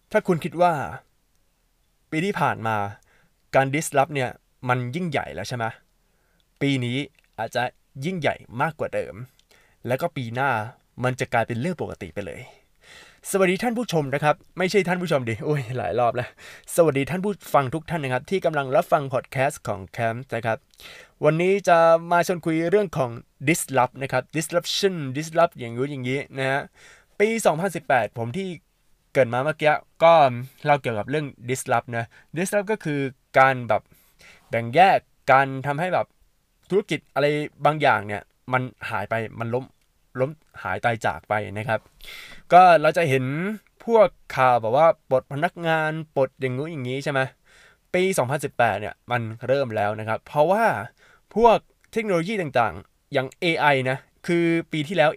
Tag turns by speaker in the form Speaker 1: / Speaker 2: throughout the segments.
Speaker 1: ถ้าคุณคิดว่าปีที่ผ่านมาการ disrupt เนี่ยมันยิ่งใหญ่แล้วใช่ไหมปีนี้อาจจะยิ่งใหญ่มากกว่าเดิมแล้วก็ปีหน้ามันจะกลายเป็นเรื่องปกติไปเลยสวัสดีท่านผู้ชมนะครับไม่ใช่ท่านผู้ชมดิโอ้ยหลายรอบแล้วสวัสดีท่านผู้ฟังทุกท่านนะครับที่กำลังรับฟังพอดแคสต์ของแคมป์นะครับวันนี้จะมาชวนคุยเรื่องของ disrupt นะครับ disrupt อย่างนู้นอย่างนี้นะฮะปี2018ผมที่เกิดมาเมื่อกี้ก็เล่าเกี่ยวกับเรื่อง disrupt นะ disrupt ก็คือการแบบแบ่งแยกการทำให้แบบธุรกิจอะไรบางอย่างเนี่ยมันหายไปมันล้มหายตายจากไปนะครับก็เราจะเห็นพวกข่าวแบบว่าปลดพนักงานปลดอย่างงู้นอย่างนี้ใช่ไหมปี2018เนี่ยมันเริ่มแล้วนะครับเพราะว่าพวกเทคโนโลยีต่างๆอย่าง AI นะคือปีที่แล้ว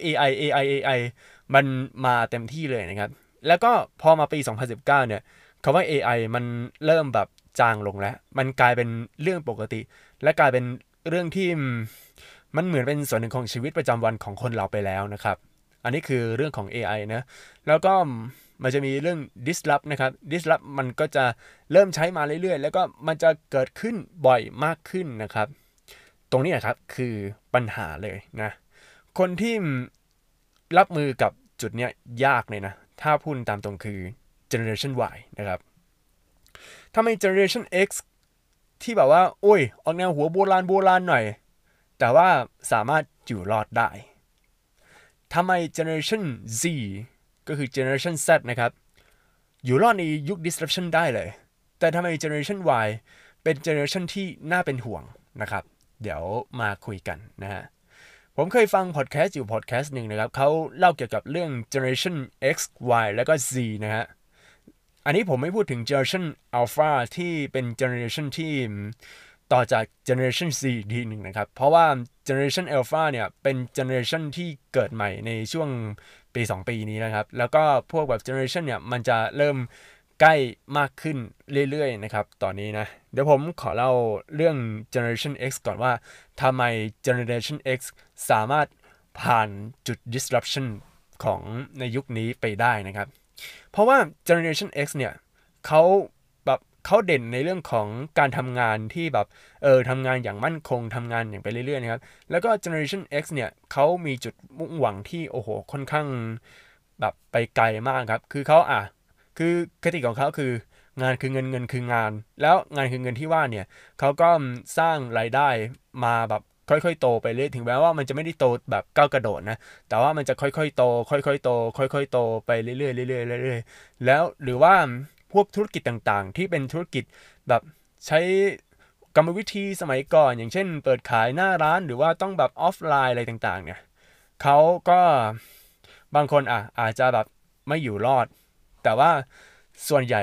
Speaker 1: AI มันมาเต็มที่เลยนะครับแล้วก็พอมาปี2019เนี่ยคำว่า AI มันเริ่มแบบจางลงแล้วมันกลายเป็นเรื่องปกติและกลายเป็นเรื่องที่มันเหมือนเป็นส่วนหนึ่งของชีวิตประจำวันของคนเราไปแล้วนะครับอันนี้คือเรื่องของ AI นะแล้วก็มันจะมีเรื่อง disrupt นะครับ disrupt มันก็จะเริ่มใช้มาเรื่อยๆแล้วก็มันจะเกิดขึ้นบ่อยมากขึ้นนะครับตรงนี้นะครับคือปัญหาเลยนะคนที่รับมือกับจุดเนี้ยยากเลยนะถ้าพูดตามตรงคือ generation Y นะครับถ้าไม่ generation X ที่แบบว่าโอ้ยออกแนวหัวโบราณหน่อยแต่ว่าสามารถอยู่รอดได้ทำไม generation Z ก็คือ generation Z นะครับอยู่รอดในยุค disruption ได้เลยแต่ทำไม generation Y เป็น generation ที่น่าเป็นห่วงนะครับเดี๋ยวมาคุยกันนะฮะผมเคยฟังพอดแคสต์อยู่พอดแคสต์หนึ่งนะครับเขาเล่าเกี่ยวกับเรื่อง generation X Y แล้วก็ Z นะฮะอันนี้ผมไม่พูดถึง generation alpha ที่เป็น generation ที่ต่อจาก generation Z ทีหนึ่งนะครับเพราะว่า generation alpha เนี่ยเป็น generation ที่เกิดใหม่ในช่วงปี2ปีนี้นะครับแล้วก็พวกแบบ generation เนี่ยมันจะเริ่มใกล้มากขึ้นเรื่อยๆนะครับตอนนี้นะเดี๋ยวผมขอเล่าเรื่อง generation X ก่อนว่าทำไม generation X สามารถผ่านจุด disruption ของในยุคนี้ไปได้นะครับเพราะว่า generation X เนี่ยเขาเขาเด่นในเรื่องของการทำงานที่แบบทำงานอย่างมั่นคงทำงานอย่างไปเรื่อยๆนะครับแล้วก็ Generation X เนี่ยเขามีจุดมุ่งหวังที่โอ้โหค่อนข้างแบบไปไกลมากครับคือเขาคือคติของเขาคืองานคือเงินเงินคืองานแล้วงานคือเงินที่ว่าเนี่ยเขาก็สร้างรายได้มาแบบค่อยๆโตไปเรื่อยถึงแม้ว่ามันจะไม่ได้โตแบบก้าวกระโดดนะแต่ว่ามันจะค่อยๆโตค่อยๆโตค่อยๆโตไปเรื่อยๆเรื่อยๆเรื่อยๆแล้วหรือว่าพวกธุรกิจต่างๆที่เป็นธุรกิจแบบใช้กรรมวิธีสมัยก่อนอย่างเช่นเปิดขายหน้าร้านหรือว่าต้องแบบออฟไลน์อะไรต่างๆเนี่ยเขาก็บางคนอาจจะแบบไม่อยู่รอดแต่ว่าส่วนใหญ่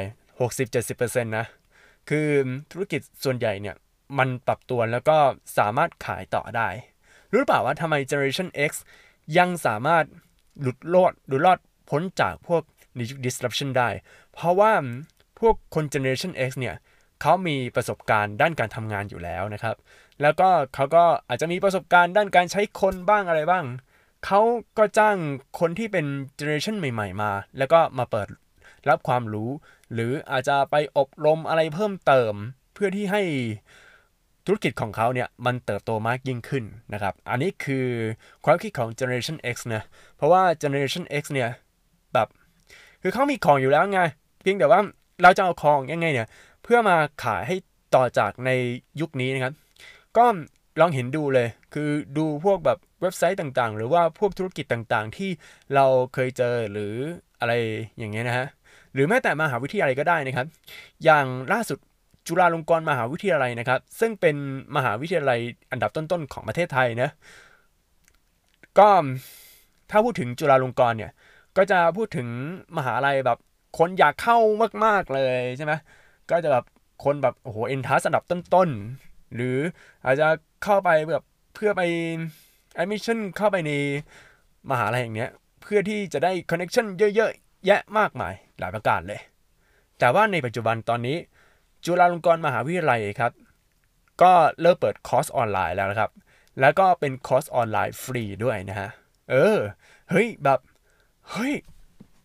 Speaker 1: 60-70%นะคือธุรกิจส่วนใหญ่เนี่ยมันปรับตัวแล้วก็สามารถขายต่อได้รู้หรือเปล่าว่าทำไม Generation X ยังสามารถหลุดรอดพ้นจากพวก disruption ได้เพราะว่าพวกคน Generation X เนี่ยเขามีประสบการณ์ด้านการทำงานอยู่แล้วนะครับแล้วก็เขาก็อาจจะมีประสบการณ์ด้านการใช้คนบ้างอะไรบ้างเขาก็จ้างคนที่เป็น generation ใหม่ๆมาแล้วก็มาเปิดรับความรู้หรืออาจจะไปอบรมอะไรเพิ่มเติมเพื่อที่ให้ธุรกิจของเขาเนี่ยมันเติบโตมากยิ่งขึ้นนะครับอันนี้คือความคิดของ Generation X นะเพราะว่า Generation X เนี่ยแบบคือเขามีของอยู่แล้วไงเพียงแต่ว่าเราจะเอาของยังไงเนี่ยเพื่อมาขายให้ต่อจากในยุคนี้นะครับก็ลองเห็นดูเลยคือดูพวกแบบเว็บไซต์ต่างๆหรือว่าพวกธุรกิจต่างๆที่เราเคยเจอหรืออะไรอย่างเงี้ยนะฮะหรือแม้แต่มหาวิทยาลัยก็ได้นะครับอย่างล่าสุดจุฬาลงกรณ์มหาวิทยาลัยนะครับซึ่งเป็นมหาวิทยาลัยอันดับต้นๆของประเทศไทยนะก็ถ้าพูดถึงจุฬาลงกรณ์เนี่ยก็จะพูดถึงมหาลัยแบบคนอยากเข้ามากๆเลยใช่ไหมก็จะแบบคนแบบโอ้โหเอนทรานซ์อันดับต้นๆหรืออาจจะเข้าไปแบบเพื่อไปadmission เข้าไปในมหาลัยอย่างเนี้ยเพื่อที่จะได้คอนเนคชั่นเยอะๆแยะมากมายหลายประการเลยแต่ว่าในปัจจุบันตอนนี้จุฬาลงกรณ์มหาวิทยาลัยครับก็เริ่มเปิดคอร์สออนไลน์แล้วนะครับแล้วก็เป็นคอร์สออนไลน์ฟรีด้วยนะฮะเออเฮ้ยแบบเฮ้ย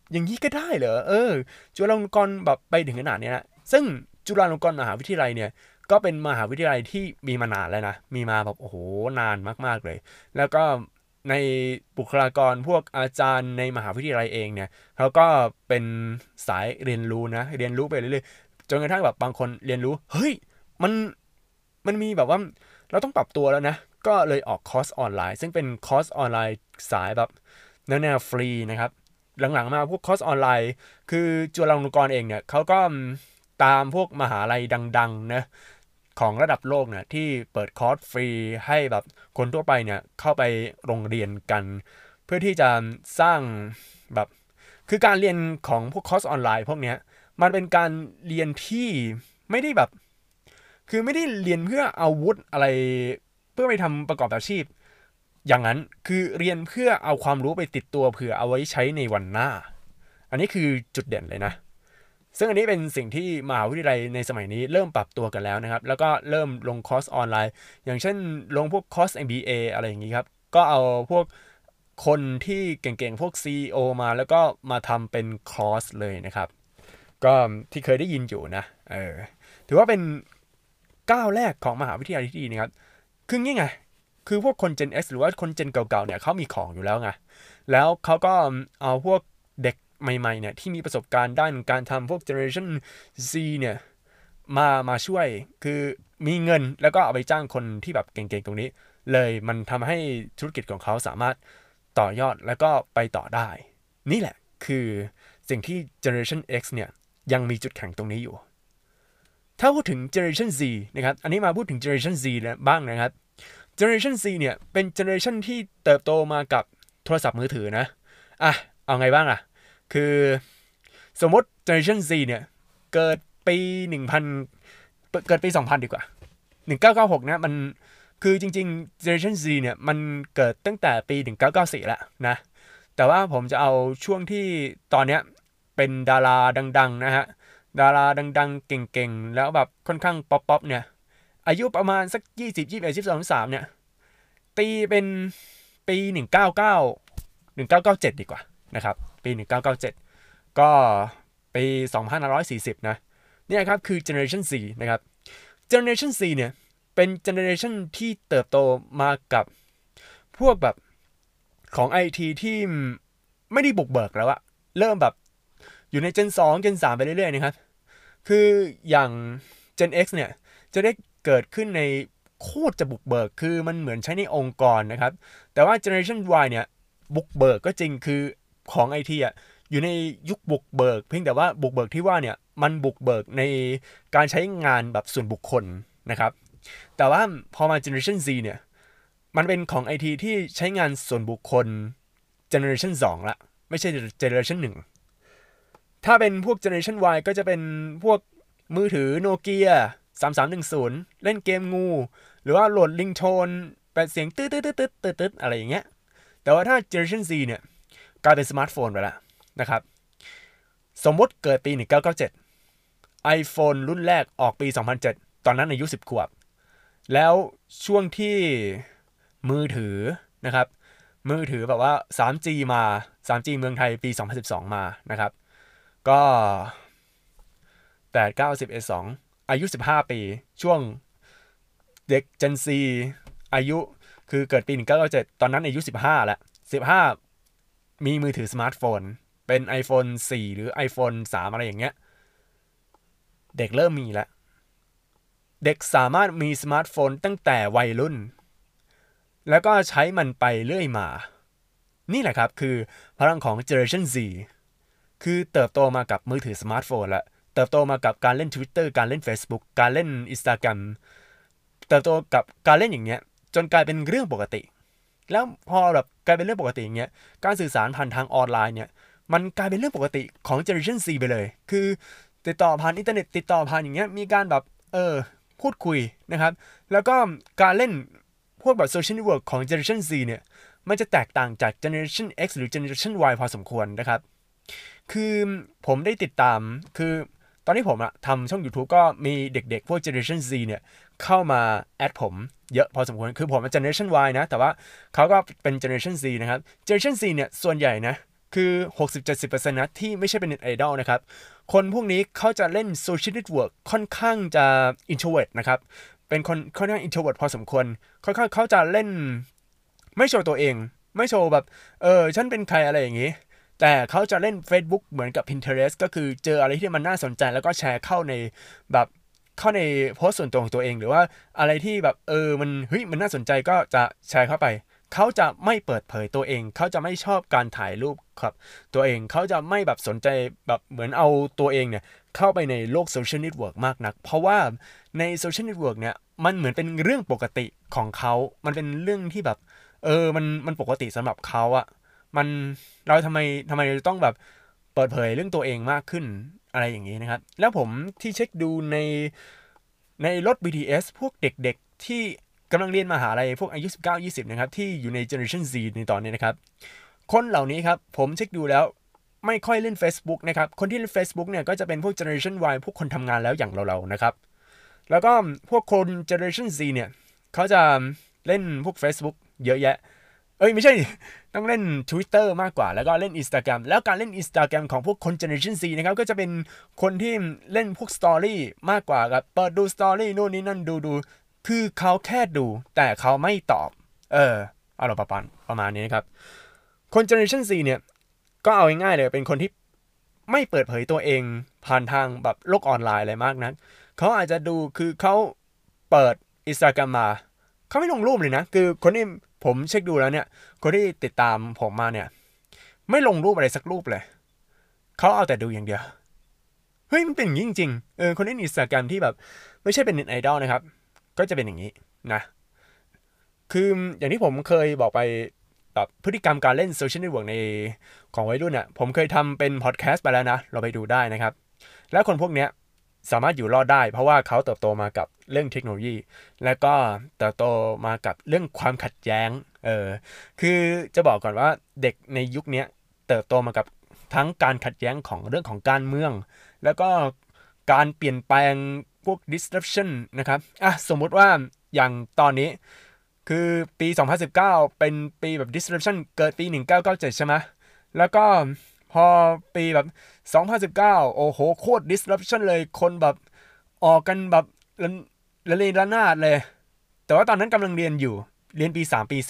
Speaker 1: อย่างนี้ก็ได้เหรอจุฬาลงกรณ์แบบไปถึงขนาดนี้นะซึ่งจุฬาลงกรณ์มหาวิทยาลัยเนี่ยก็เป็นมหาวิทยาลัยที่มีมานานแล้วนะมีมาแบบโอ้โหนานมากๆเลยแล้วก็ในบุคลากรพวกอาจารย์ในมหาวิทยาลัยเองเนี่ยเขาก็เป็นสายเรียนรู้นะเรียนรู้ไปเรื่อยๆจนกระทั่งแบบบางคนเรียนรู้เฮ้ยมันมันมีแบบว่าเราต้องปรับตัวแล้วนะก็เลยออกคอร์สออนไลน์ซึ่งเป็นคอร์สออนไลน์สายแบบแนวฟรีนะครับหลังๆมาพวกคอร์สออนไลน์คือจุฬาลงกรณ์เองเนี่ยเขาก็ตามพวกมหาลัยดังๆนะของระดับโลกเนี่ยที่เปิดคอร์สฟรีให้แบบคนทั่วไปเนี่ยเข้าไปโรงเรียนกันเพื่อที่จะสร้างแบบคือการเรียนของพวกคอร์สออนไลน์พวกเนี้ยมันเป็นการเรียนที่ไม่ได้แบบคือไม่ได้เรียนเพื่อเอาวุธอะไรเพื่อไปทำประกอบอาชีพอย่างนั้นคือเรียนเพื่อเอาความรู้ไปติดตัวเผื่อเอาไว้ใช้ในวันหน้าอันนี้คือจุดเด่นเลยนะซึ่งอันนี้เป็นสิ่งที่มหาวิทยาลัยในสมัยนี้เริ่มปรับตัวกันแล้วนะครับแล้วก็เริ่มลงคอร์สออนไลน์อย่างเช่นลงพวกคอร์ส MBA อะไรอย่างนี้ครับก็เอาพวกคนที่เก่งๆพวก CEO มาแล้วก็มาทำเป็นคอร์สเลยนะครับก็ที่เคยได้ยินอยู่นะถือว่าเป็นก้าวแรกของมหาวิทยาลัยที่ดีนะครับคืองี้ไงคือพวกคน Gen X หรือว่าคน Gen เก่าๆเนี่ยเขามีของอยู่แล้วไงแล้วเขาก็เอาพวกเด็กใหม่ๆเนี่ยที่มีประสบการณ์ด้านการทำพวก Generation Z เนี่ยมาช่วยคือมีเงินแล้วก็เอาไปจ้างคนที่แบบเก่งๆตรงนี้เลยมันทำให้ธุรกิจของเขาสามารถต่อยอดแล้วก็ไปต่อได้นี่แหละคือสิ่งที่ Generation X เนี่ยยังมีจุดแข็งตรงนี้อยู่ถ้าพูดถึง Generation Z นะครับอันนี้มาพูดถึง Generation Z บ้างนะครับ Generation Z เนี่ยเป็น Generation ที่เติบโตมากับโทรศัพท์มือถือนะเอาไงบ้างคือสมมติ Generation Z เนี่ยเกิดปีเกิดปี2000ดีกว่า1996นะมันคือจริงๆ Generation Z เนี่ยมันเกิดตั้งแต่ปี1994แล้วนะแต่ว่าผมจะเอาช่วงที่ตอนเนี้ยเป็นดาราดังๆนะฮะดาราดังๆเก่งๆแล้วแบบค่อนข้างป๊อปเนี่ยอายุประมาณสัก20 21 12 13เนี่ยตีเป็นปี1997ดีกว่านะครับปี1997ก็ปี2540นะเนี่ยครับคือ Generation Z นะครับ Generation Z เนี่ยเป็น Generation ที่เติบโตมากับพวกแบบของ IT ที่ไม่ได้บุกเบิกแล้วอะเริ่มแบบอยู่ใน Gen 2 Gen 3ไปเรื่อยๆนะครับคืออย่าง Gen X เนี่ยจะได้เกิดขึ้นในโคตรจะบุกเบิกคือมันเหมือนใช้ในองค์กรนะครับแต่ว่า Generation Y เนี่ยบุกเบิกก็จริงคือของ IT อ่ะอยู่ในยุคบุกเบิกเพียงแต่ว่าบุกเบิกที่ว่าเนี่ยมันบุกเบิกในการใช้งานแบบส่วนบุคคลนะครับแต่ว่าพอมา Generation Z เนี่ยมันเป็นของ IT ที่ใช้งานส่วนบุคคล Generation 2ละไม่ใช่ Generation 1ถ้าเป็นพวก Generation Y ก็จะเป็นพวกมือถือโนเกีย3310เล่นเกมงูหรือว่าโหลดลิงโทนแปดเสียงตืดอะไรอย่างเงี้ยแต่ว่าถ้า Generation Z เนี่ยกลายเป็นสมาร์ทโฟนไปแล้วนะครับสมมติเกิดปี1997 iPhone รุ่นแรกออกปี2007ตอนนั้นอายุ10ขวบแล้วช่วงที่มือถือนะครับมือถือแบบว่า 3G มา 3G เมืองไทยปี2012มานะครับก็8 9 10 1 2อายุ15ปีช่วงเด็ก Gen Z อายุคือเกิดปี1997ตอนนั้นอายุ15แล้ว15มีมือถือสมาร์ทโฟนเป็น iPhone 4 หรือ iPhone 3อะไรอย่างเงี้ยเด็กเริ่มมีแล้วเด็กสามารถมีสมาร์ทโฟนตั้งแต่วัยรุ่นแล้วก็ใช้มันไปเรื่อยมานี่แหละครับคือพลังของ Generation Z คือเติบโตมากับมือถือสมาร์ทโฟนและเติบโตมากับการเล่น Twitter การเล่น Facebook การเล่น Instagram เติบโตกับการเล่นอย่างเงี้ยจนกลายเป็นเรื่องปกติแล้วพอแบบกลายเป็นเรื่องปกติอย่างเงี้ยการสื่อสารผ่านทางออนไลน์เนี่ยมันกลายเป็นเรื่องปกติของ Generation Z ไปเลยคือติดต่อผ่านอินเทอร์เน็ตติดต่อผ่านอย่างเงี้ยมีการแบบพูดคุยนะครับแล้วก็การเล่นพวกแบบโซเชียลเน็ตเวิร์กของ Generation Z เนี่ยมันจะแตกต่างจาก Generation X หรือ Generation Y พอสมควรนะครับคือผมได้ติดตามคือตอนที่ผมทำช่อง YouTube ก็มีเด็กๆพวก Generation Z เนี่ยเข้ามาแอดผมเยอะพอสมควรคือผมเป็น Generation Y นะแต่ว่าเขาก็เป็น Generation Z นะครับ Generation Z เนี่ยส่วนใหญ่นะคือ 60-70% นะที่ไม่ใช่เป็นเน็ตไอดอลนะครับคนพวกนี้เขาจะเล่นโซเชียลเน็ตเวิร์กค่อนข้างจะ introvert นะครับเป็นคนค่อนข้าง introvert พอสมควรค่อนข้างเขาจะเล่นไม่โชว์ตัวเองไม่โชว์แบบฉันเป็นใครอะไรอย่างนี้แต่เขาจะเล่น Facebook เหมือนกับ Pinterest ก็คือเจออะไรที่มันน่าสนใจแล้วก็แชร์เข้าในแบบเข้าในโพสต์ส่วนตัวของตัวเองหรือว่าอะไรที่แบบมันน่าสนใจก็จะแชร์เข้าไปเขาจะไม่เปิดเผยตัวเองเขาจะไม่ชอบการถ่ายรูปครับตัวเองเขาจะไม่แบบสนใจแบบเหมือนเอาตัวเองเนี่ยเข้าไปในโลกโซเชียลเน็ตเวิร์กมากนักเพราะว่าในโซเชียลเน็ตเวิร์กเนี่ยมันเหมือนเป็นเรื่องปกติของเขามันเป็นเรื่องที่แบบมันปกติสำหรับเขาอะมันเราทำไมเราต้องแบบเปิดเผยเรื่องตัวเองมากขึ้นอะไรอย่างนี้นะครับแล้วผมที่เช็คดูในรถ BTS พวกเด็กๆที่กำลังเรียนมหาลัยพวกอายุ19-20นะครับที่อยู่ใน Generation Z ในตอนนี้นะครับคนเหล่านี้ครับผมเช็คดูแล้วไม่ค่อยเล่น Facebook นะครับคนที่เล่น Facebook เนี่ยก็จะเป็นพวก Generation Y พวกคนทำงานแล้วอย่างเราๆนะครับแล้วก็พวกคน Generation Z เนี่ยเขาจะเล่นพวก Facebook เยอะแยะไม่ใช่ต้องเล่น Twitter มากกว่าแล้วก็เล่น Instagram แล้วการเล่น Instagram ของพวกคน Generation Z นะครับก็จะเป็นคนที่เล่นพวก Story มากกว่าครับเปิดดู Story นู่นนี่นั่นดูคือเขาแค่ดูแต่เขาไม่ตอบเอาประมาณนี้นะครับคน Generation Z เนี่ยก็เอาง่ายๆเลยเป็นคนที่ไม่เปิดเผยตัวเองผ่านทางแบบโลกออนไลน์อะไรมากนักเขาอาจจะดูคือเขาเปิด Instagram มาเขาไม่ลงรูปเลยนะคือคนที่ผมเช็คดูแล้วเนี่ยคนที่ติดตามผมมาเนี่ยไม่ลงรูปอะไรสักรูปเลยเขาเอาแต่ดูอย่างเดียวเฮ้ยมันเป็นอย่างนี้จริงๆคนที่ Instagram ที่แบบไม่ใช่เป็นเน็ตไอดอลนะครับก็จะเป็นอย่างนี้นะคืออย่างที่ผมเคยบอกไปแบบพฤติกรรมการเล่นโซเชียลเน็ตเวิร์กในของวัยรุ่นเนี่ยผมเคยทำเป็นพอดแคสต์ไปแล้วนะเราไปดูได้นะครับแล้วคนพวกเนี้ยสามารถอยู่รอดได้เพราะว่าเขาเติบโตมากับเรื่องเทคโนโลยีแล้วก็เติบโตมากับเรื่องความขัดแย้งคือจะบอกก่อนว่าเด็กในยุคนี้เติบโตมากับทั้งการขัดแย้งของเรื่องของการเมืองแล้วก็การเปลี่ยนแปลงพวก disruption นะครับสมมุติว่าอย่างตอนนี้คือปี2019เป็นปีแบบ disruption เกิดปี1997ใช่ไหมแล้วก็พอปีแบบ2019โอ้โหโคตร disruption เลยคนแบบออกกันแบบละเลงระนาดเลยแต่ว่าตอนนั้นกำลังเรียนปี3ปี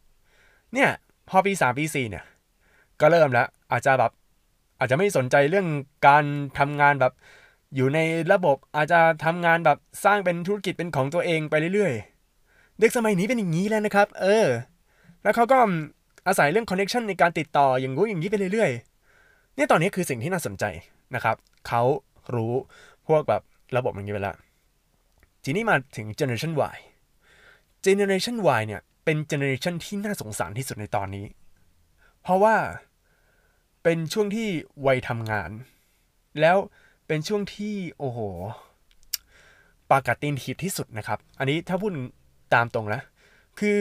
Speaker 1: 4เนี่ยพอปี3ปี4เนี่ยก็เริ่มแล้วอาจจะไม่สนใจเรื่องการทำงานแบบอยู่ในระบบอาจจะทำงานแบบสร้างเป็นธุรกิจเป็นของตัวเองไปเรื่อยๆเด็กสมัยนี้เป็นอย่างนี้แล้วนะครับแล้วเขาก็อาศัยเรื่องคอนเนคชันในการติดต่ออย่างนี้ไปเรื่อยๆเนี่ยตอนนี้คือสิ่งที่น่าสนใจนะครับเขารู้พวกแบบระบบอย่างนี้ไปแล้วทีนี้มาถึง Generation Y Generation Y เนี่ยเป็น Generation ที่น่าสงสารที่สุดในตอนนี้เพราะว่าเป็นช่วงที่วัยทำงานแล้วเป็นช่วงที่โอ้โหปากกัดตีนถีบที่สุดนะครับอันนี้ถ้าพูดตามตรงนะคือ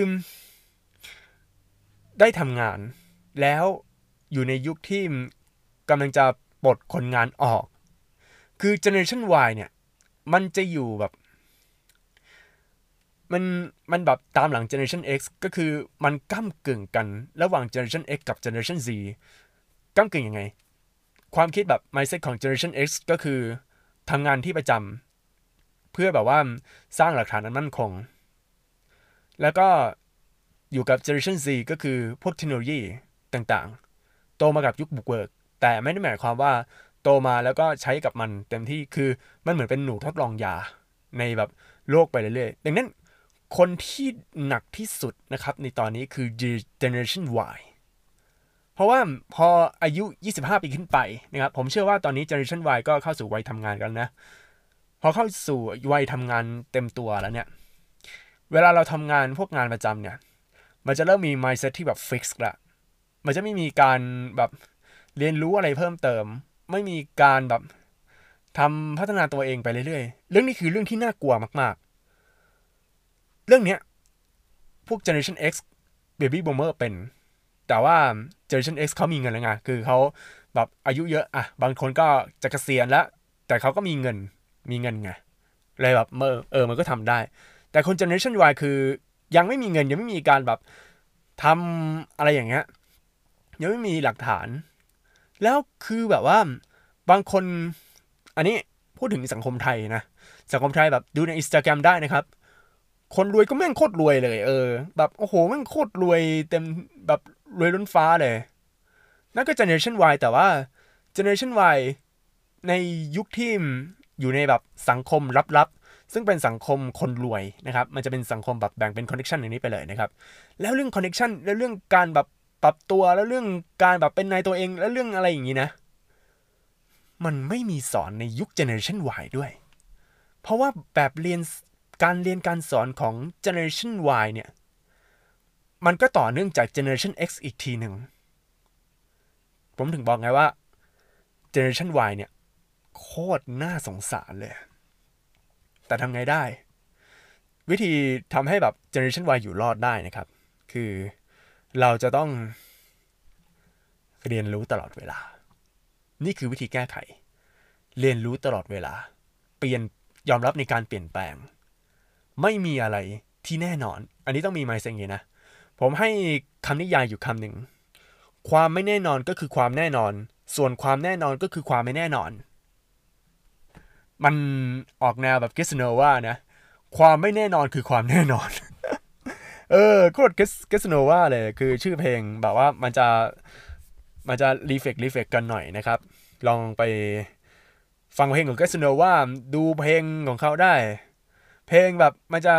Speaker 1: ได้ทำงานแล้วอยู่ในยุคที่กำลังจะปลดคนงานออกคือ Generation Y เนี่ยมันจะอยู่แบบมันแบบตามหลัง Generation X ก็คือมันก้ำกึ่งกันระหว่าง Generation X กับ Generation Z ก้ำกึ่งยังไงความคิดแบบ mindset ของ Generation X ก็คือทำงานที่ประจำเพื่อแบบว่าสร้างหลักฐานอันมั่นคงแล้วก็อยู่กับ Generation Z ก็คือพวกเทคโนโลยีต่างๆโตมากับยุคบุกเบิกแต่ไม่ได้หมายความว่าโตมาแล้วก็ใช้กับมันเต็มที่คือมันเหมือนเป็นหนูทดลองยาในแบบโลกไปเรื่อยๆดังนั้นคนที่หนักที่สุดนะครับในตอนนี้คือ Generation Y เพราะว่าพออายุ25ปีขึ้นไปนะครับผมเชื่อว่าตอนนี้ Generation Y ก็เข้าสู่วัยทำงานกันนะพอเข้าสู่วัยทำงานเต็มตัวแล้วเนี่ยเวลาเราทำงานพวกงานประจำเนี่ยมันจะเริ่มมี mindset ที่แบบ fix ละมันจะไม่มีการแบบเรียนรู้อะไรเพิ่มเติมไม่มีการแบบทำพัฒนาตัวเองไปเรื่อยๆเรื่องนี้คือเรื่องที่น่ากลัวมากๆเรื่องนี้พวก Generation X Baby Boomer เป็นแต่ว่า Generation X เขามีเงินแล้วไงคือเขาแบบอายุเยอะบางคนก็จะเกษียณแล้วแต่เขาก็มีเงินไงเลยแบบมันก็ทำได้แต่คน Generation Y คือยังไม่มีเงินยังไม่มีการแบบทำอะไรอย่างเงี้ยยังไม่มีหลักฐานแล้วคือแบบว่าบางคนอันนี้พูดถึงสังคมไทยนะสังคมไทยแบบดูใน Instagram ได้นะครับคนรวยก็แม่งโคตรรวยเลยแบบโอ้โหแม่งโคตรรวยเต็มแบบรวยล้นฟ้าเลยนั่นก็ Generation Y แต่ว่า Generation Y ในยุคที่อยู่ในแบบสังคมลับๆซึ่งเป็นสังคมคนรวยนะครับมันจะเป็นสังคมแบบแบ่งเป็นคอนเนคชันอย่างนี้ไปเลยนะครับแล้วเรื่องคอนเนคชันแล้วเรื่องการแบบปรับตัวแล้วเรื่องการแบบเป็นนายตัวเองแล้วเรื่องอะไรอย่างนี้นะมันไม่มีสอนในยุค Generation Y ด้วยเพราะว่าแบบเรียนการสอนของ Generation Y เนี่ยมันก็ต่อเนื่องจาก Generation X อีกทีหนึ่งผมถึงบอกไงว่า Generation Y เนี่ยโคตรน่าสงสารเลยแต่ทำไงได้วิธีทำให้แบบ Generation Y อยู่รอดได้นะครับคือเราจะต้องเรียนรู้ตลอดเวลานี่คือวิธีแก้ไขเรียนรู้ตลอดเวลายอมรับในการเปลี่ยนแปลงไม่มีอะไรที่แน่นอนอันนี้ต้องมี mindset อย่างนี้นะผมให้คำนิยายอยู่คำหนึ่งความไม่แน่นอนก็คือความแน่นอนส่วนความแน่นอนก็คือความไม่แน่นอนมันออกแนวแบบเกสโนว่านะความไม่แน่นอนคือความแน่นอนโคตรเกสโนว่าเลยคือชื่อเพลงแบบว่ามันจะรีเฟกกันหน่อยนะครับลองไปฟังเพลงของเกสโนว่าดูเพลงของเขาได้เพลงแบบ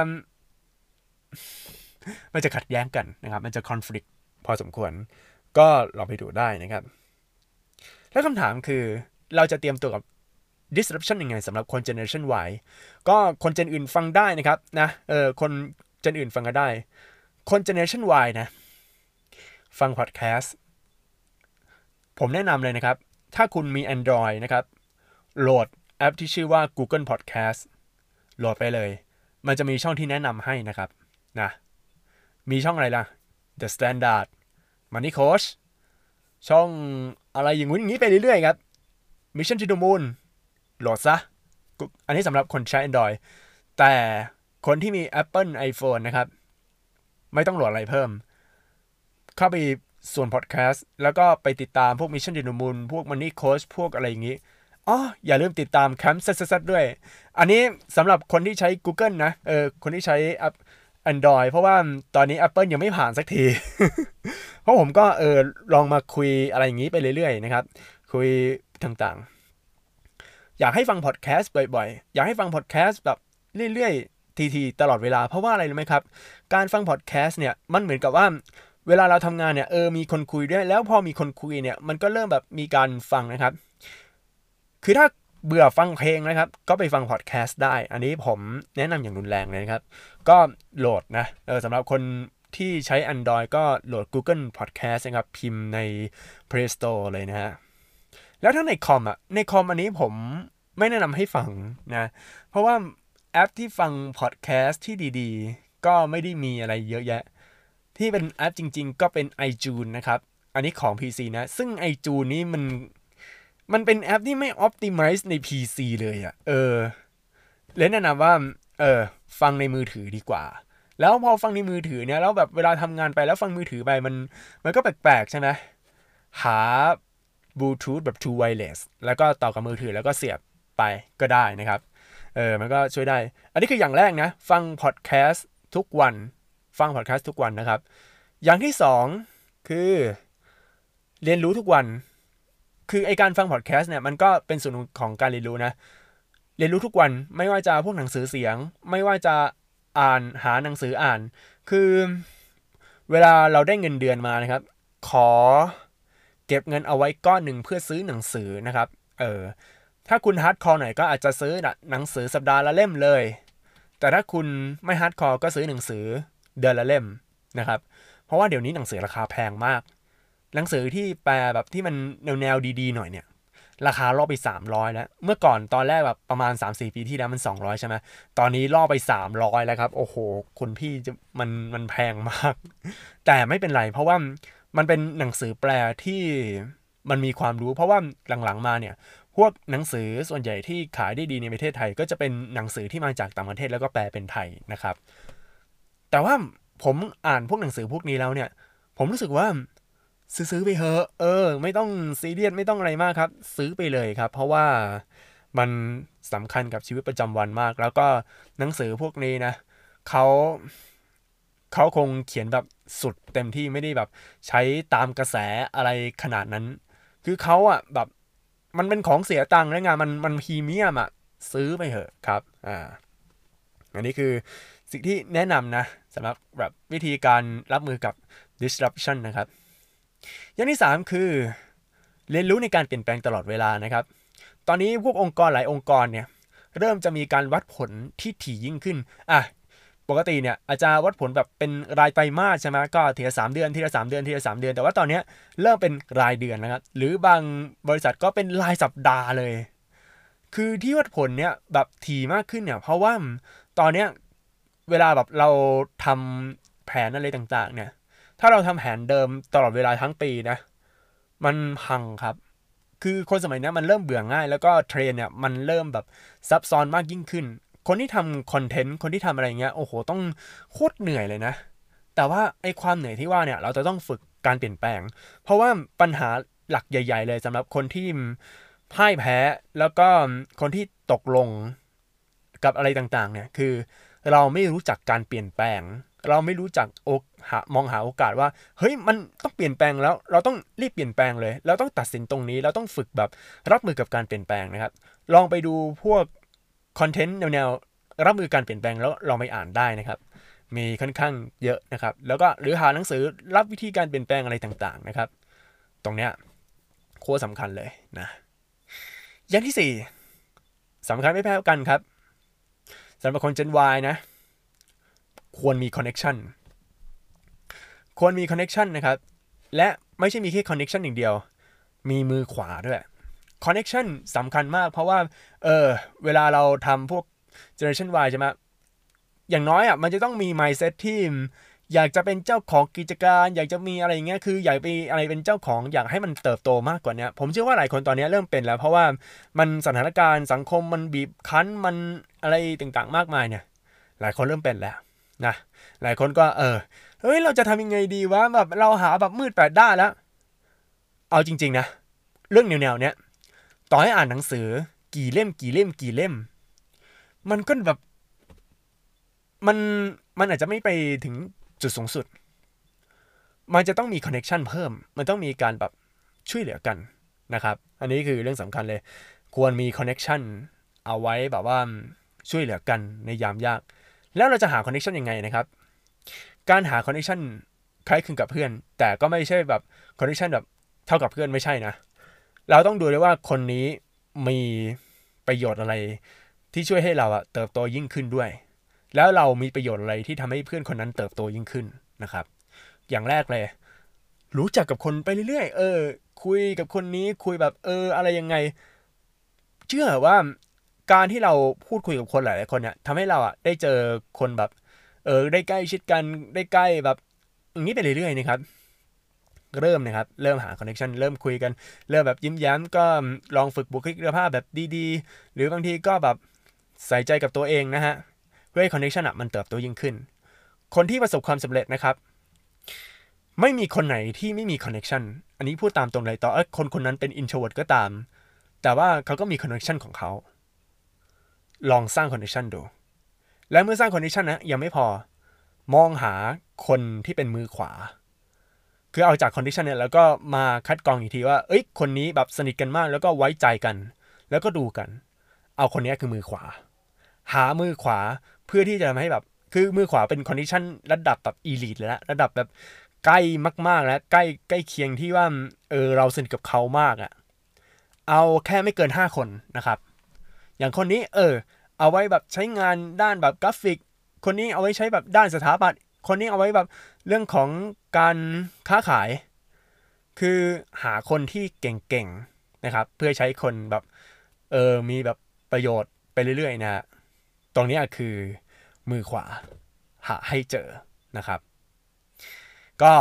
Speaker 1: มันจะขัดแย้งกันนะครับมันจะคอนฟ lict พอสมควรก็ลองไปดูได้นะครับแล้วคำถามคือเราจะเตรียมตัวกับ disruption ยังไงสำหรับคน generation Y ก็คนเจนอื่นฟังได้นะครับนะคนเจนอื่นฟังก็ได้คน generation Y นะฟังพอดแคสต์ผมแนะนำเลยนะครับถ้าคุณมี Android นะครับโหลดแอปที่ชื่อว่า Google Podcast โหลดไปเลยมันจะมีช่องที่แนะนำให้นะครับนะมีช่องอะไรล่ะ The Standard Money Coach ช่องอะไรอย่างงี้ไปเรื่อยๆครับ Mission to the Moon โหลดซะอันนี้สำหรับคนใช้ Android แต่คนที่มี Apple iPhone นะครับไม่ต้องโหลดอะไรเพิ่มเข้าไปส่วนพอดแคสต์แล้วก็ไปติดตามพวก Mission to the Moon พวก Money Coach พวกอะไรอย่างงี้อย่าลืมติดตาม Camp ซัดด้วยอันนี้สำหรับคนที่ใช้ Google นะคนที่ใช้ Android เพราะว่าตอนนี้ Apple ยังไม่ผ่านสักที เพราะผมก็ลองมาคุยอะไรอย่างนี้ไปเรื่อยๆนะครับคุยต่างๆอยากให้ฟังพอดแคสต์บ่อยๆอยากให้ฟังพอดแคสต์แบบเรื่อยๆทีๆตลอดเวลาเพราะว่าอะไรรู้ไหมครับการฟังพอดแคสต์เนี่ยมันเหมือนกับว่าเวลาเราทำงานเนี่ยมีคนคุยด้วยแล้วพอมีคนคุยเนี่ยมันก็เริ่มแบบมีการฟังนะครับคือถ้าเบื่อฟังเพลงนะครับก็ไปฟังพอดแคสต์ได้อันนี้ผมแนะนำอย่างรุนแรงเลยนะครับก็โหลดนะสำหรับคนที่ใช้ Android ก็โหลด Google Podcast นะครับพิมพ์ใน Play Store เลยนะฮะแล้วถ้าในคอมอันนี้ผมไม่แนะนำให้ฟังนะเพราะว่าแอปที่ฟังพอดแคสต์ที่ดีๆก็ไม่ได้มีอะไรเยอะแยะที่เป็นแอปจริงๆก็เป็น iTunes นะครับอันนี้ของ PC นะซึ่ง iTunes นี่มันเป็นแอปที่ไม่ optimize ใน PC เลยเลยแนะนำว่าฟังในมือถือดีกว่าแล้วพอฟังในมือถือเนี่ยแล้วแบบเวลาทำงานไปแล้วฟังมือถือไปมันก็แปลกๆใช่ไหมหาบลูทูธแบบ True Wireless แล้วก็ต่อกับมือถือแล้วก็เสียบไปก็ได้นะครับมันก็ช่วยได้อันนี้คืออย่างแรกนะฟังพอดแคสต์ทุกวันนะครับอย่างที่สองคือเรียนรู้ทุกวันคือไอการฟังพอดแคสต์เนี่ยมันก็เป็นส่วนของการเรียนรู้นะเรียนรู้ทุกวันไม่ว่าจะพวกหนังสือเสียงไม่ว่าจะหาหนังสืออ่านคือเวลาเราได้เงินเดือนมานะครับขอเก็บเงินเอาไว้ก้อนหนึ่งเพื่อซื้อหนังสือนะครับถ้าคุณฮาร์ดคอร์หน่อยก็อาจจะซื้อหนังสือสัปดาห์ละเล่มเลยแต่ถ้าคุณไม่ฮาร์ดคอร์ก็ซื้อหนังสือเดือนละเล่มนะครับเพราะว่าเดี๋ยวนี้หนังสือราคาแพงมากหนังสือที่แปลแบบที่มันแนวดีๆหน่อยเนี่ยราคาล่อไป300แล้วเมื่อก่อนตอนแรกแบบประมาณ 3-4 ปีที่แล้วมัน200ใช่ไหมตอนนี้ล่อไป300แล้วครับโอ้โหคุณพี่จะมันแพงมากแต่ไม่เป็นไรเพราะว่ามันเป็นหนังสือแปลที่มันมีความรู้เพราะว่าหลังๆมาเนี่ยพวกหนังสือส่วนใหญ่ที่ขายได้ดีในประเทศไทยก็จะเป็นหนังสือที่มาจากต่างประเทศแล้วก็แปลเป็นไทยนะครับแต่ว่าผมอ่านพวกหนังสือพวกนี้แล้วเนี่ยผมรู้สึกว่าซื้อไปเถอะไม่ต้องซีเรียสไม่ต้องอะไรมากครับซื้อไปเลยครับเพราะว่ามันสำคัญกับชีวิตประจำวันมากแล้วก็หนังสือพวกนี้นะเขาเขาคงเขียนแบบสุดเต็มที่ไม่ได้แบบใช้ตามกระแสอะไรขนาดนั้นคือเขาอ่ะแบบมันเป็นของเสียตังค์แล้วไงมันพรีเมียมอ่ะซื้อไปเถอะครับอันนี้คือสิ่งที่แนะนำนะสำหรับแบบวิธีการรับมือกับ disruption นะครับอย่างที่3คือเรียนรู้ในการเปลี่ยนแปลงตลอดเวลานะครับตอนนี้พวกองค์กรหลายองค์กรเนี่ยเริ่มจะมีการวัดผลที่ถี่ยิ่งขึ้นปกติเนี่ยอาจจะวัดผลแบบเป็นรายไตรมาสใช่ไหมก็ทีละ3 เดือนทีละ3 เดือนทีละ3 เดือนแต่ว่าตอนนี้เริ่มเป็นรายเดือนนะครับหรือบางบริษัทก็เป็นรายสัปดาห์เลยคือที่วัดผลเนี่ยแบบถี่มากขึ้นเนี่ยเพราะว่าตอนเนี้ยเวลาแบบเราทำแผนอะไรต่างๆเนี่ยถ้าเราทำแผนเดิมตลอดเวลาทั้งปีนะมันพังครับคือคนสมัยนี้มันเริ่มเบื่อง่ายแล้วก็เทรนเนี่ยมันเริ่มแบบซับซ้อนมากยิ่งขึ้นคนที่ทำคอนเทนต์คนที่ทำอะไรเงี้ยโอ้โหต้องโคตรเหนื่อยเลยนะแต่ว่าไอ้ความเหนื่อยที่ว่าเนี่ยเราจะต้องฝึกการเปลี่ยนแปลงเพราะว่าปัญหาหลักใหญ่ๆเลยสำหรับคนที่พ่ายแพ้แล้วก็คนที่ตกลงกับอะไรต่างๆเนี่ยคือเราไม่รู้จักการเปลี่ยนแปลงเราไม่รู้จักมองหาโอกาสว่าเฮ้ยมันต้องเปลี่ยนแปลงแล้วเราต้องรีบเปลี่ยนแปลงเลยเราต้องตัดสินตรงนี้เราต้องฝึกแบบรับมือกับการเปลี่ยนแปลงนะครับลองไปดูพวกคอนเทนต์แนวรับมือการเปลี่ยนแปลงแล้วลองไปอ่านได้นะครับมีค่อนข้างเยอะนะครับแล้วก็หรือหาหนังสือรับวิธีการเปลี่ยนแปลงอะไรต่างๆนะครับตรงเนี้ยโคตรสำคัญเลยนะอย่างที่4สำคัญไม่แพ้กันครับสำหรับคน Gen Y นะควรมี connection นะครับและไม่ใช่มีแค่ connection อย่างเดียวมีมือขวาด้วย connection สำคัญมากเพราะว่าเวลาเราทำพวก generation Y ใช่ไหมอย่างน้อยมันจะต้องมี mindset ที่อยากจะเป็นเจ้าของกิจการอยากจะมีอะไรอย่างเงี้ยคืออยากไปอะไรเป็นเจ้าของอยากให้มันเติบโตมากกว่านี้ผมเชื่อว่าหลายคนตอนนี้เริ่มเป็นแล้วเพราะว่ามันสถานการณ์สังคมมันบีบคั้นมันอะไรต่างๆมากมายเนี่ยหลายคนเริ่มเป็นแล้วนะหลายคนก็เฮ้ยเราจะทำยังไงดีวะแบบเราหาแบบมืดแปดด้านแล้วเอาจริงๆนะเรื่องแนวๆเนี้ยต่อให้อ่านหนังสือกี่เล่มมันก็แบบมันอาจจะไม่ไปถึงจุดสูงสุดมันจะต้องมีคอนเนคชันเพิ่มมันต้องมีการแบบช่วยเหลือกันนะครับอันนี้คือเรื่องสำคัญเลยควรมีคอนเนคชันเอาไว้แบบว่าช่วยเหลือกันในยามยากแล้วเราจะหาคอนเนคชันยังไงนะครับการหาคอนเนคชันคล้ายคลึงกับเพื่อนแต่ก็ไม่ใช่แบบคอนเนคชันแบบเท่ากับเพื่อนไม่ใช่นะเราต้องดูด้วยว่าคนนี้มีประโยชน์อะไรที่ช่วยให้เราเติบโตยิ่งขึ้นด้วยแล้วเรามีประโยชน์อะไรที่ทำให้เพื่อนคนนั้นเติบโตยิ่งขึ้นนะครับอย่างแรกเลยรู้จักกับคนไปเรื่อยๆคุยกับคนนี้คุยแบบอะไรยังไงเชื่อว่าการที่เราพูดคุยกับคนหลายๆคนเนี่ยทำให้เราได้เจอคนแบบได้ใกล้ชิดกันได้ใกล้แบบอย่างนี้ไปเรื่อยๆนะครับเริ่มหาคอนเนคชันเริ่มคุยกันเริ่มแบบยิ้มแย้มก็ลองฝึกบุคลิกภาพแบบดีๆหรือบางทีก็แบบใส่ใจกับตัวเองนะฮะเพื่อให้คอนเนคชันมันเติบโตยิ่งขึ้นคนที่ประสบความสำเร็จนะครับไม่มีคนไหนที่ไม่มีคอนเนคชันอันนี้พูดตามตรงเลยต่อคนนั้นเป็น introvert ก็ตามแต่ว่าเขาก็มีคอนเนคชันของเขาลองสร้างคอนเนคชันดูและเมื่อสร้างคอนเนคชันนะยังไม่พอมองหาคนที่เป็นมือขวาคือเอาจากคอนดิชันเนี่ยแล้วก็มาคัดกรองอีกทีว่าคนนี้แบบสนิทกันมากแล้วก็ไว้ใจกันแล้วก็ดูกันเอาคนนี้คือมือขวาหามือขวาเพื่อที่จะทำให้แบบคือมือขวาเป็นคอนดิชันระดับแบบอีลิทเลยนะระดับแบบใกล้มากๆแล้วใกล้เคียงที่ว่าเราสนิทกับเขามากเอาแค่ไม่เกิน5 คนนะครับอย่างคนนี้เอาไว้แบบใช้งานด้านแบบกราฟิกคนนี้เอาไว้ใช้แบบด้านสถาปัตย์คนนี้เอาไว้แบบเรื่องของการค้าขายคือหาคนที่เก่งๆนะครับเพื่อใช้คนแบบมีแบบประโยชน์ไปเรื่อยๆนะตรงนี้คือมือขวาหาให้เจอนะครับก็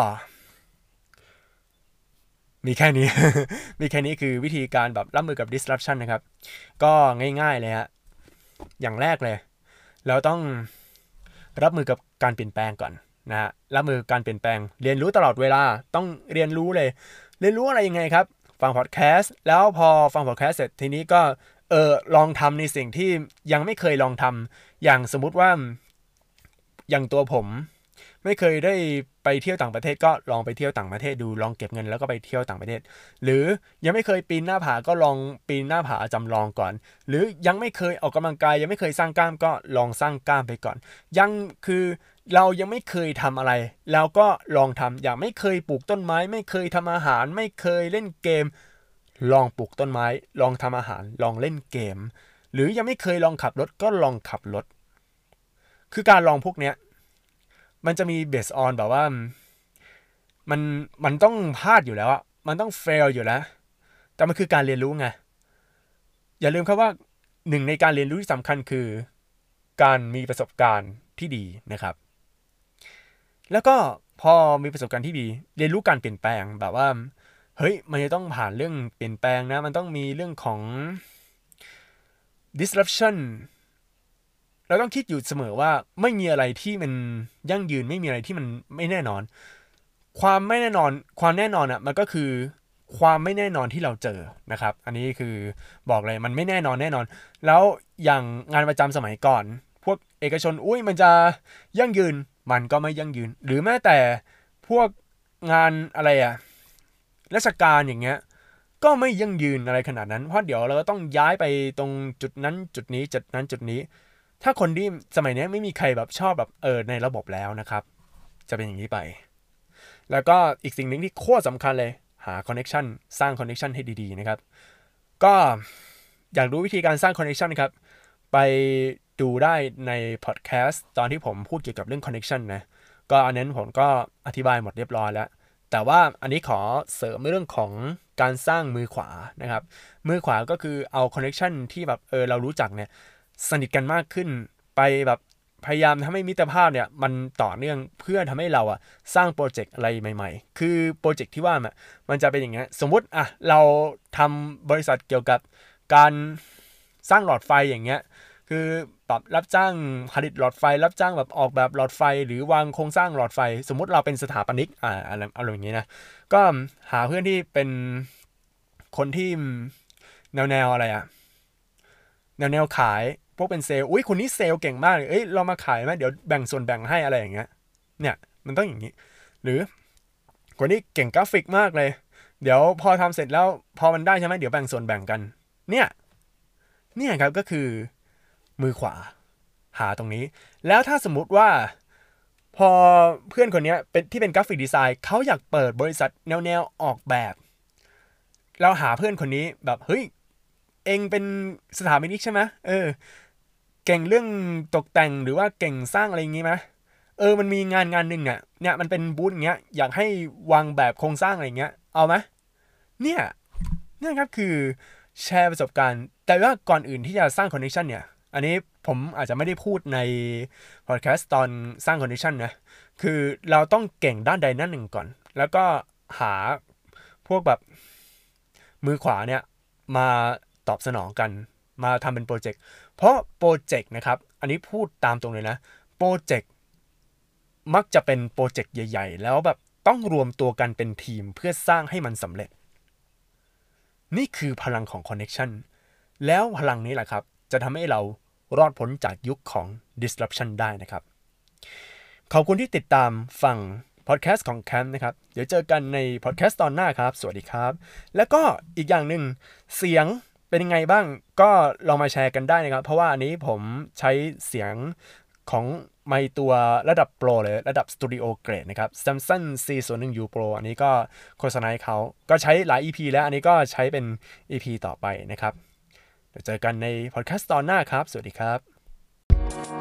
Speaker 1: มีแค่นี้ มีแค่นี้คือวิธีการแบบรับมือกับ disruption นะครับก็ง่ายๆเลยฮะอย่างแรกเลยเราต้องรับมือกับการเปลี่ยนแปลงก่อนนะฮะรับมือการเปลี่ยนแปลงเรียนรู้ตลอดเวลาต้องเรียนรู้เลยเรียนรู้อะไรยังไงครับฟังพอดแคสต์แล้วพอฟังพอดแคสต์เสร็จทีนี้ก็ลองทำในสิ่งที่ยังไม่เคยลองทำอย่างสมมุติว่าอย่างตัวผมไม่เคยได้ไปเที่ยวต่างประเทศก็ลองไปเที่ยวต่างประเทศดูลองเก็บเงินแล้วก็ไปเที่ยวต่างประเทศหรือยังไม่เคยปีนหน้าผาก็ลองปีนหน้าผาจำลองก่อนหรือยังไม่เคยออกกำลังกายยังไม่เคยสร้างกล้ามก็ลองสร้างกล้ามไปก่อนยังคือเรายังไม่เคยทำอะไรแล้วก็ลองทำอย่างไม่เคยปลูกต้นไม้ไม่เคยทำอาหารไม่เคยเล่นเกมลองปลูกต้นไม้ลองทำอาหารลองเล่นเกมหรือยังไม่เคยลองขับรถก็ลองขับรถคือการลองพวกเนี้ยมันจะมีเบสออนแบบว่ามันต้องพลาดอยู่แล้วอะมันต้องเฟลอยู่แล้วแต่มันคือการเรียนรู้ไงอย่าลืมครับว่าหนึ่งในการเรียนรู้ที่สำคัญคือการมีประสบการณ์ที่ดีนะครับแล้วก็พอมีประสบการณ์ที่ดีเรียนรู้การเปลี่ยนแปลงแบบว่าเฮ้ยมันจะต้องผ่านเรื่องเปลี่ยนแปลงนะมันต้องมีเรื่องของ disruption เราต้องคิดอยู่เสมอว่าไม่มีอะไรที่มันยั่งยืนไม่มีอะไรที่มันไม่แน่นอนความไม่แน่นอนความแน่นอนอ่ะมันก็คือความไม่แน่นอนที่เราเจอนะครับอันนี้คือบอกเลยมันไม่แน่นอนแน่นอนแล้วอย่างงานประจำสมัยก่อนพวกเอกชนมันจะยั่งยืนมันก็ไม่ยั่งยืนหรือแม้แต่พวกงานอะไรอ่ะราชการอย่างเงี้ยก็ไม่ยั่งยืนอะไรขนาดนั้นเพราะเดี๋ยวเราก็ต้องย้ายไปตรงจุดนั้นจุดนี้จุดนั้นจุดนี้ถ้าคนที่สมัยนี้ไม่มีใครแบบชอบแบบในระบบแล้วนะครับจะเป็นอย่างนี้ไปแล้วก็อีกสิ่งหนึ่งที่โคตรสำคัญเลยหาคอนเนคชันสร้างคอนเนคชันให้ดีๆนะครับก็อยากรู้วิธีการสร้างคอนเนคชันครับไปดูได้ในพอดแคสต์ตอนที่ผมพูดเกี่ยวกับเรื่องคอนเนคชันนะก็อันนั้นผมก็อธิบายหมดเรียบร้อยแล้วแต่ว่าอันนี้ขอเสริมเรื่องของการสร้างมือขวานะครับมือขวาก็คือเอาคอนเนคชันที่แบบเรารู้จักเนี่ยสนิทกันมากขึ้นไปแบบพยายามทำให้มิตรภาพเนี่ยมันต่อเนื่องเพื่อทำให้เราสร้างโปรเจกต์อะไรใหม่ๆคือโปรเจกต์ที่ว่ามันจะเป็นอย่างเงี้ยสมมุติเราทำบริษัทเกี่ยวกับการสร้างหลอดไฟอย่างเงี้ยคือแบบรับจ้างผลิตหลอดไฟรับจ้างแบบออกแบบหลอดไฟหรือวางโครงสร้างหลอดไฟสมมุติเราเป็นสถาปนิกอะไรอย่างนี้นะก็หาเพื่อนที่เป็นคนที่แนวอะไรแนวขายพวกเป็นเซลล์คนนี้เซลล์เก่งมากเลยเรามาขายไหมเดี๋ยวแบ่งส่วนแบ่งให้อะไรอย่างเงี้ยเนี่ยมันต้องอย่างนี้หรือคนนี้เก่งกราฟิกมากเลยเดี๋ยวพอทำเสร็จแล้วพอมันได้ใช่ไหมเดี๋ยวแบ่งส่วนแบ่งกันเนี่ยครับก็คือมือขวาหาตรงนี้แล้วถ้าสมมุติว่าพอเพื่อนคนนี้เป็นที่เป็นกราฟิกดีไซน์เขาอยากเปิดบริษัทแนวออกแบบเราหาเพื่อนคนนี้แบบเฮ้ยเองเป็นสถาปนิกใช่ไหมเก่งเรื่องตกแต่งหรือว่าเก่งสร้างอะไรอย่างงี้ไหมมันมีงานหนึ่งเนี่ยมันเป็นบูธอย่างเงี้ยอยากให้วางแบบโครงสร้างอะไรเงี้ยเอาไหมเนี่ยครับคือแชร์ประสบการณ์แต่ว่าก่อนอื่นที่จะสร้างคอนเนคชันเนี่ยอันนี้ผมอาจจะไม่ได้พูดในพอดแคสต์ตอนสร้างคอนเนคชันนะคือเราต้องเก่งด้านใดด้านหนึ่งก่อนแล้วก็หาพวกแบบมือขวาเนี่ยมาตอบสนองกันมาทำเป็นโปรเจกต์เพราะโปรเจกต์นะครับอันนี้พูดตามตรงเลยนะโปรเจกต์มักจะเป็นโปรเจกต์ใหญ่ๆแล้วแบบต้องรวมตัวกันเป็นทีมเพื่อสร้างให้มันสำเร็จนี่คือพลังของคอนเนคชันแล้วพลังนี้แหละครับจะทำให้เรารอดพ้นจากยุคของ disruption ได้นะครับขอบคุณที่ติดตามฟังพอดแคสต์ของแคมป์นะครับเดี๋ยวเจอกันในพอดแคสต์ตอนหน้าครับสวัสดีครับแล้วก็อีกอย่างหนึ่งเสียงเป็นยังไงบ้างก็ลองมาแชร์กันได้นะครับเพราะว่าอันนี้ผมใช้เสียงของไมค์ตัวระดับโปรเลยระดับสตูดิโอเกรดนะครับ Samsung C01U Pro อันนี้ก็โฆษณาให้เขาก็ใช้หลาย EP แล้วอันนี้ก็ใช้เป็น EP ต่อไปนะครับเดี๋ยวเจอกันในพอดแคสต์ตอนหน้าครับสวัสดีครับ